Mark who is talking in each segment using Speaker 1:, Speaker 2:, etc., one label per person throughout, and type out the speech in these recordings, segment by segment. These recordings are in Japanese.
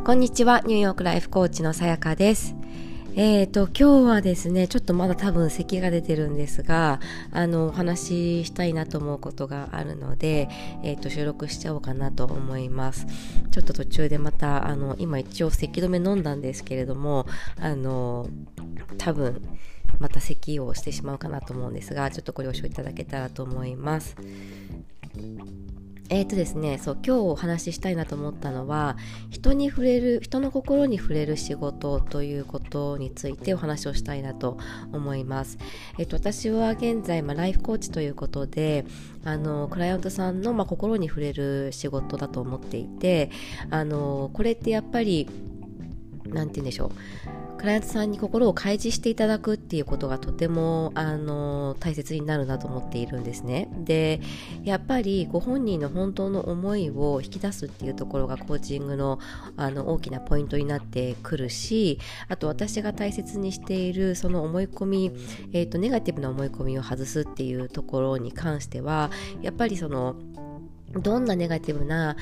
Speaker 1: こんにちは、ニューヨークライフコーチのさやかです。今日はですね、ちょっとまだ多分咳が出てるんですが、お話ししたいなと思うことがあるので、収録しちゃおうかなと思います。ちょっと途中でまた、今一応咳止め飲んだんですけれども、多分また咳をしてしまうかなと思うんですが、ちょっとご了承いただけたらと思います。ですね、今日お話ししたいなと思ったのは、人の心に触れる仕事ということについてお話をしたいなと思います。私は現在、ライフコーチということで、クライアントさんの、心に触れる仕事だと思っていて、これってやっぱりなんて言うんでしょう、クライアントさんに心を開示していただくっていうことがとても大切になるなと思っているんですね。で、やっぱりご本人の本当の思いを引き出すっていうところがコーチングの大きなポイントになってくるし、あと私が大切にしているその思い込み、ネガティブな思い込みを外すっていうところに関しては、やっぱりどんなネガティブな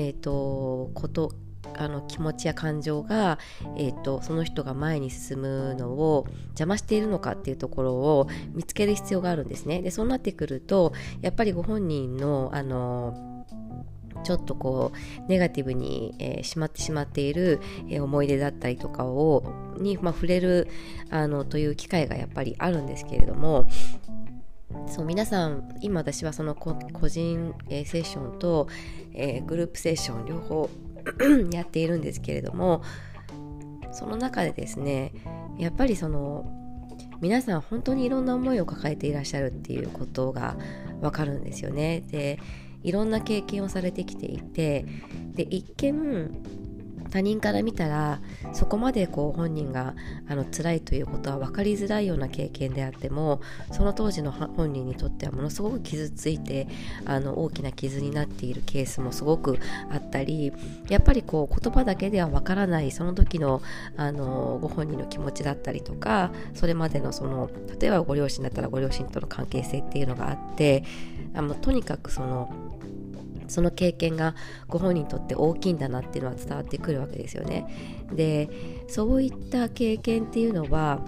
Speaker 1: 気持ちや感情が、その人が前に進むのを邪魔しているのかっていうところを見つける必要があるんですね。で、そうなってくると、やっぱりご本人のちょっとネガティブに、しまってしまっている、思い出だったりとかに、触れるという機会がやっぱりあるんですけれども、皆さん、今私はその個人、セッションと、グループセッション両方やっているんですけれども、その中でですね、やっぱり皆さん本当にいろんな思いを抱えていらっしゃるっていうことがわかるんですよね。で、いろんな経験をされてきていて、で、一見他人から見たらそこまで本人が辛いということは分かりづらいような経験であっても、その当時の本人にとってはものすごく傷ついて大きな傷になっているケースもすごくあったり、やっぱり言葉だけでは分からないその時のご本人の気持ちだったりとか、それまでの例えばご両親だったらご両親との関係性っていうのがあって、とにかくその経験がご本人にとって大きいんだなっていうのは伝わってくるわけですよね。で、そういった経験っていうのは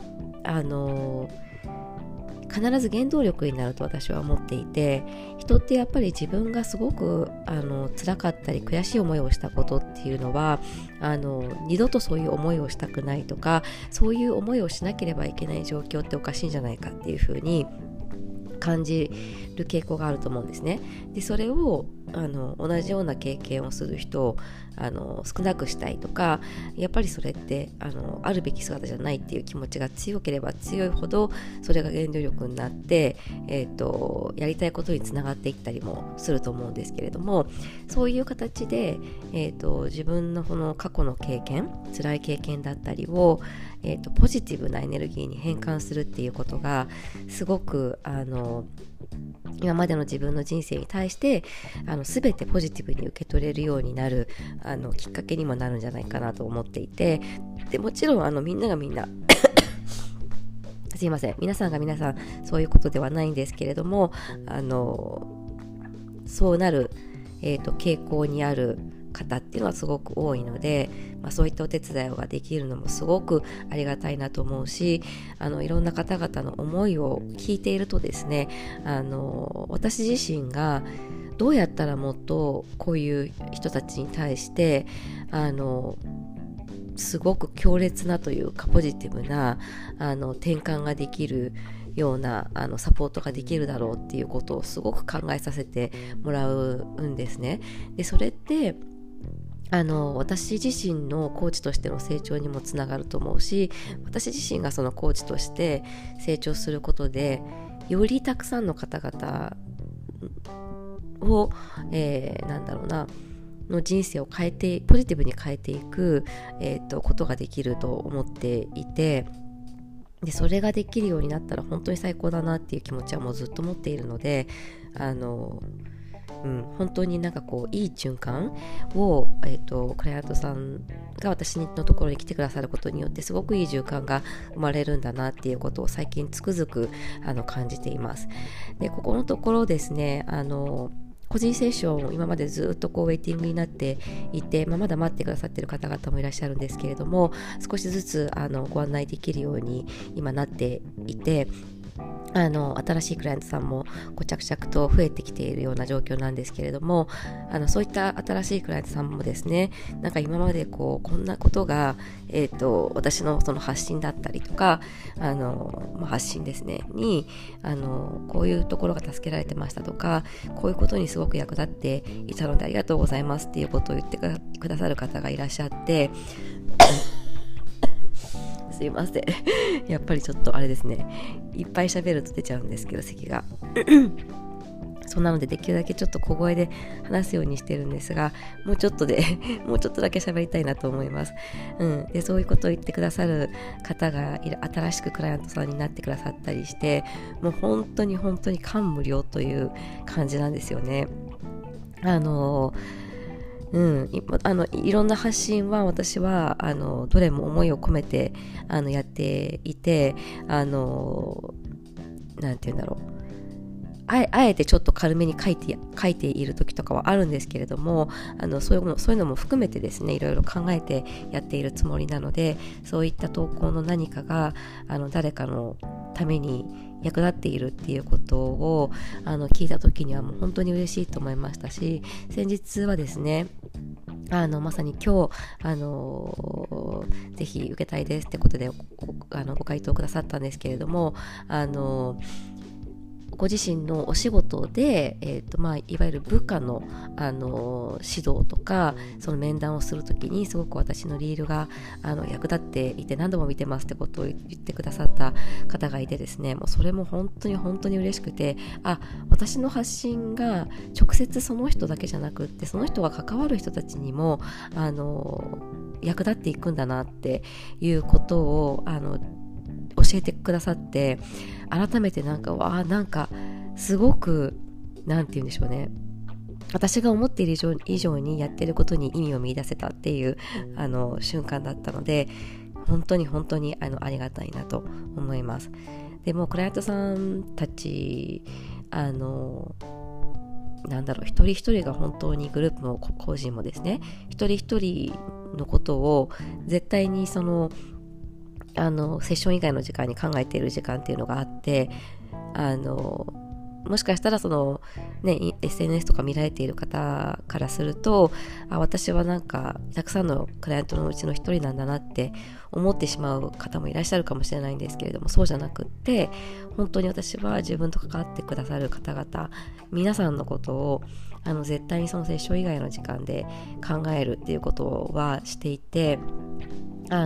Speaker 1: 必ず原動力になると私は思っていて、人ってやっぱり自分がすごく辛かったり悔しい思いをしたことっていうのは二度とそういう思いをしたくないとか、そういう思いをしなければいけない状況っておかしいんじゃないかっていうふうに感じる傾向があると思うんですね。で、それを同じような経験をする人を少なくしたいとか、やっぱりそれってあるべき姿じゃないっていう気持ちが強ければ強いほど、それが原動力になって、やりたいことにつながっていったりもすると思うんですけれども、そういう形で、自分のこの過去の経験、辛い経験だったりを、ポジティブなエネルギーに変換するっていうことがすごく今までの自分の人生に対して全てポジティブに受け取れるようになるきっかけにもなるんじゃないかなと思っていて、でもちろんみんながみんなすいません、皆さんが皆さんそういうことではないんですけれども、そうなる、傾向にある方っていうのはすごく多いので、そういったお手伝いができるのもすごくありがたいなと思うし、いろんな方々の思いを聞いているとですね、私自身がどうやったらもっとこういう人たちに対してすごく強烈なというかポジティブな転換ができるようなサポートができるだろうっていうことをすごく考えさせてもらうんですね。で、それって私自身のコーチとしての成長にもつながると思うし、私自身がそのコーチとして成長することでよりたくさんの方々を、の人生をポジティブに変えていく、ことができると思っていて、でそれができるようになったら本当に最高だなっていう気持ちはもうずっと持っているので、本当にいい循環を、クライアントさんが私のところに来てくださることによってすごくいい循環が生まれるんだなっていうことを最近つくづく感じています。で、ここのところですね、 個人セッションを今までずっとウェイティングになっていて、まだ待ってくださっている方々もいらっしゃるんですけれども、少しずつご案内できるように今なっていて、新しいクライアントさんも着々と増えてきているような状況なんですけれども、そういった新しいクライアントさんもですね、なんか今までこんなことが、私のその発信だったりとか、発信ですねにこういうところが助けられてましたとか、こういうことにすごく役立っていたのでありがとうございますっていうことを言ってくださる方がいらっしゃってすいませんやっぱりちょっとあれですね、いっぱい喋ると出ちゃうんですけど咳がそんなのでできるだけちょっと小声で話すようにしてるんですが、もうちょっとだけ喋りたいなと思います。でそういうことを言ってくださる方が新しくクライアントさんになってくださったりして、もう本当に感無量という感じなんですよね。いろんな発信は私はどれも思いを込めてやっていて、なんて言うんだろう、あえてちょっと軽めに書いている時とかはあるんですけれども、そういうのも含めてですね、いろいろ考えてやっているつもりなので、そういった投稿の何かが誰かのために役立っているっていうことを聞いた時にはもう本当に嬉しいと思いましたし、先日はですね、まさに今日ぜひ受けたいですってことでご回答くださったんですけれども、ご自身のお仕事で、いわゆる部下の、指導とかその面談をするときにすごく私のリールが役立っていて何度も見てますってことを言ってくださった方がいてですね、もうそれも本当に嬉しくて、私の発信が直接その人だけじゃなくって、その人が関わる人たちにも役立っていくんだなっていうことを教えてくださって、改めてなんかすごくなんて言うんでしょうね、私が思っている以上にやってることに意味を見出せたっていう瞬間だったので、本当にありがたいなと思います。でもクライアントさんたち一人一人が本当にグループも個人もですね、一人一人のことを絶対にセッション以外の時間に考えている時間っていうのがあって、もしかしたらSNS とか見られている方からすると、私はなんかたくさんのクライアントのうちの一人なんだなって思ってしまう方もいらっしゃるかもしれないんですけれども、そうじゃなくって、本当に私は自分と関わってくださる方々皆さんのことを絶対にそのセッション以外の時間で考えるっていうことはしていて、な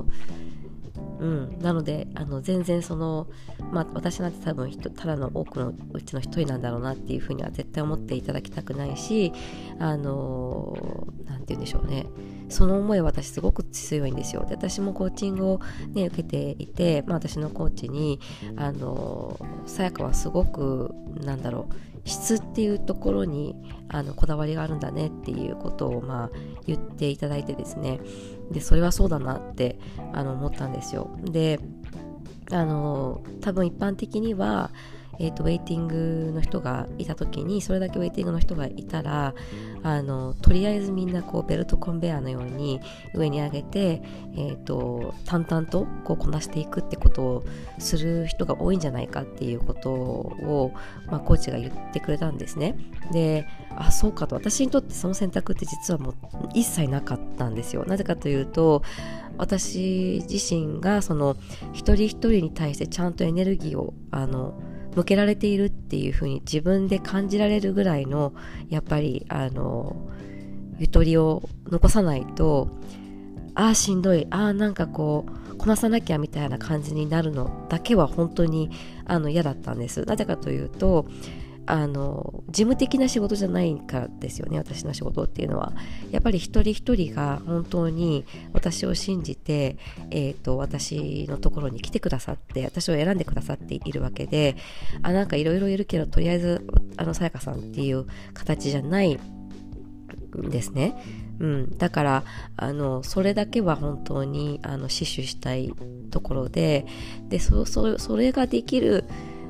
Speaker 1: ので全然私なんて多分ただの多くのうちの一人なんだろうなっていうふうには絶対思っていただきたくないし、なんて言うんでしょうね、その思いは私すごく強いんですよ。で、私もコーチングを、受けていて、私のコーチにさやかはすごく質っていうところにこだわりがあるんだねっていうことを言っていただいてですね、でそれはそうだなって思ったんですよ。で多分一般的にはウェイティングの人がいた時に、それだけウェイティングの人がいたらとりあえずみんなベルトコンベヤーのように上に上げて、淡々とこなしていくってことをする人が多いんじゃないかっていうことを、コーチが言ってくれたんですね。で、そうかと、私にとってその選択って実はもう一切なかったんですよ。なぜかというと、私自身がその一人一人に対してちゃんとエネルギーを向けられているっていう風に自分で感じられるぐらいのやっぱりゆとりを残さないと、しんどい、こなさなきゃみたいな感じになるのだけは本当に嫌だったんです。なぜかというと事務的な仕事じゃないからですよね。私の仕事っていうのはやっぱり一人一人が本当に私を信じて、私のところに来てくださって、私を選んでくださっているわけで、いろいろ言えるけどとりあえずさやかさんっていう形じゃないんですね。だからそれだけは本当に死守したいところで、それができる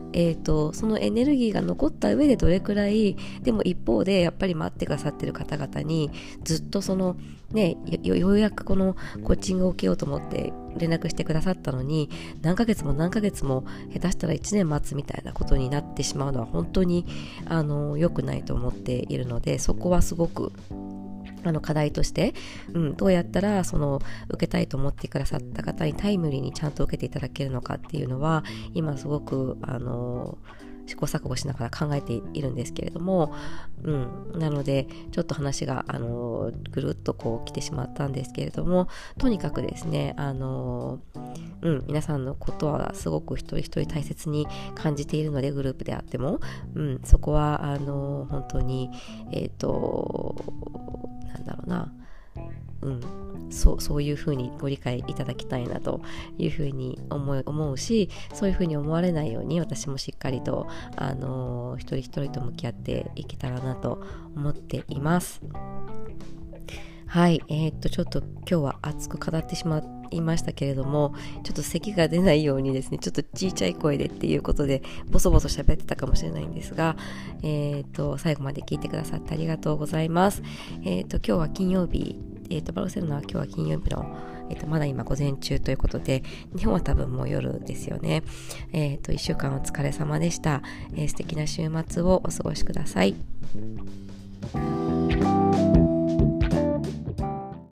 Speaker 1: そのエネルギーが残った上でどれくらい、でも一方でやっぱり待ってくださってる方々にずっとそのね、ようやくこのコーチングを受けようと思って連絡してくださったのに、何ヶ月も何ヶ月も下手したら1年待つみたいなことになってしまうのは本当に良くないと思っているので、そこはすごく課題として、どうやったらその受けたいと思ってくださった方にタイムリーにちゃんと受けていただけるのかっていうのは今すごく試行錯誤しながら考えているんですけれども、なのでちょっと話がぐるっとこう来てしまったんですけれども、とにかくですね皆さんのことはすごく一人一人大切に感じているので、グループであっても、そこは本当になんだろうな、そういうふうにご理解いただきたいなというふうに思うし、そういうふうに思われないように私もしっかりと一人一人と向き合っていけたらなと思っています。はい、ちょっと今日は熱く語ってしまいましたけれども、ちょっと咳が出ないようにですね、ちょっと小さい声でっていうことでボソボソ喋ってたかもしれないんですが、最後まで聞いてくださってありがとうございます。今日は金曜日、バルセロナは今日は金曜日のまだ今午前中ということで、日本は多分もう夜ですよね。1週間お疲れ様でした。素敵な週末をお過ごしください。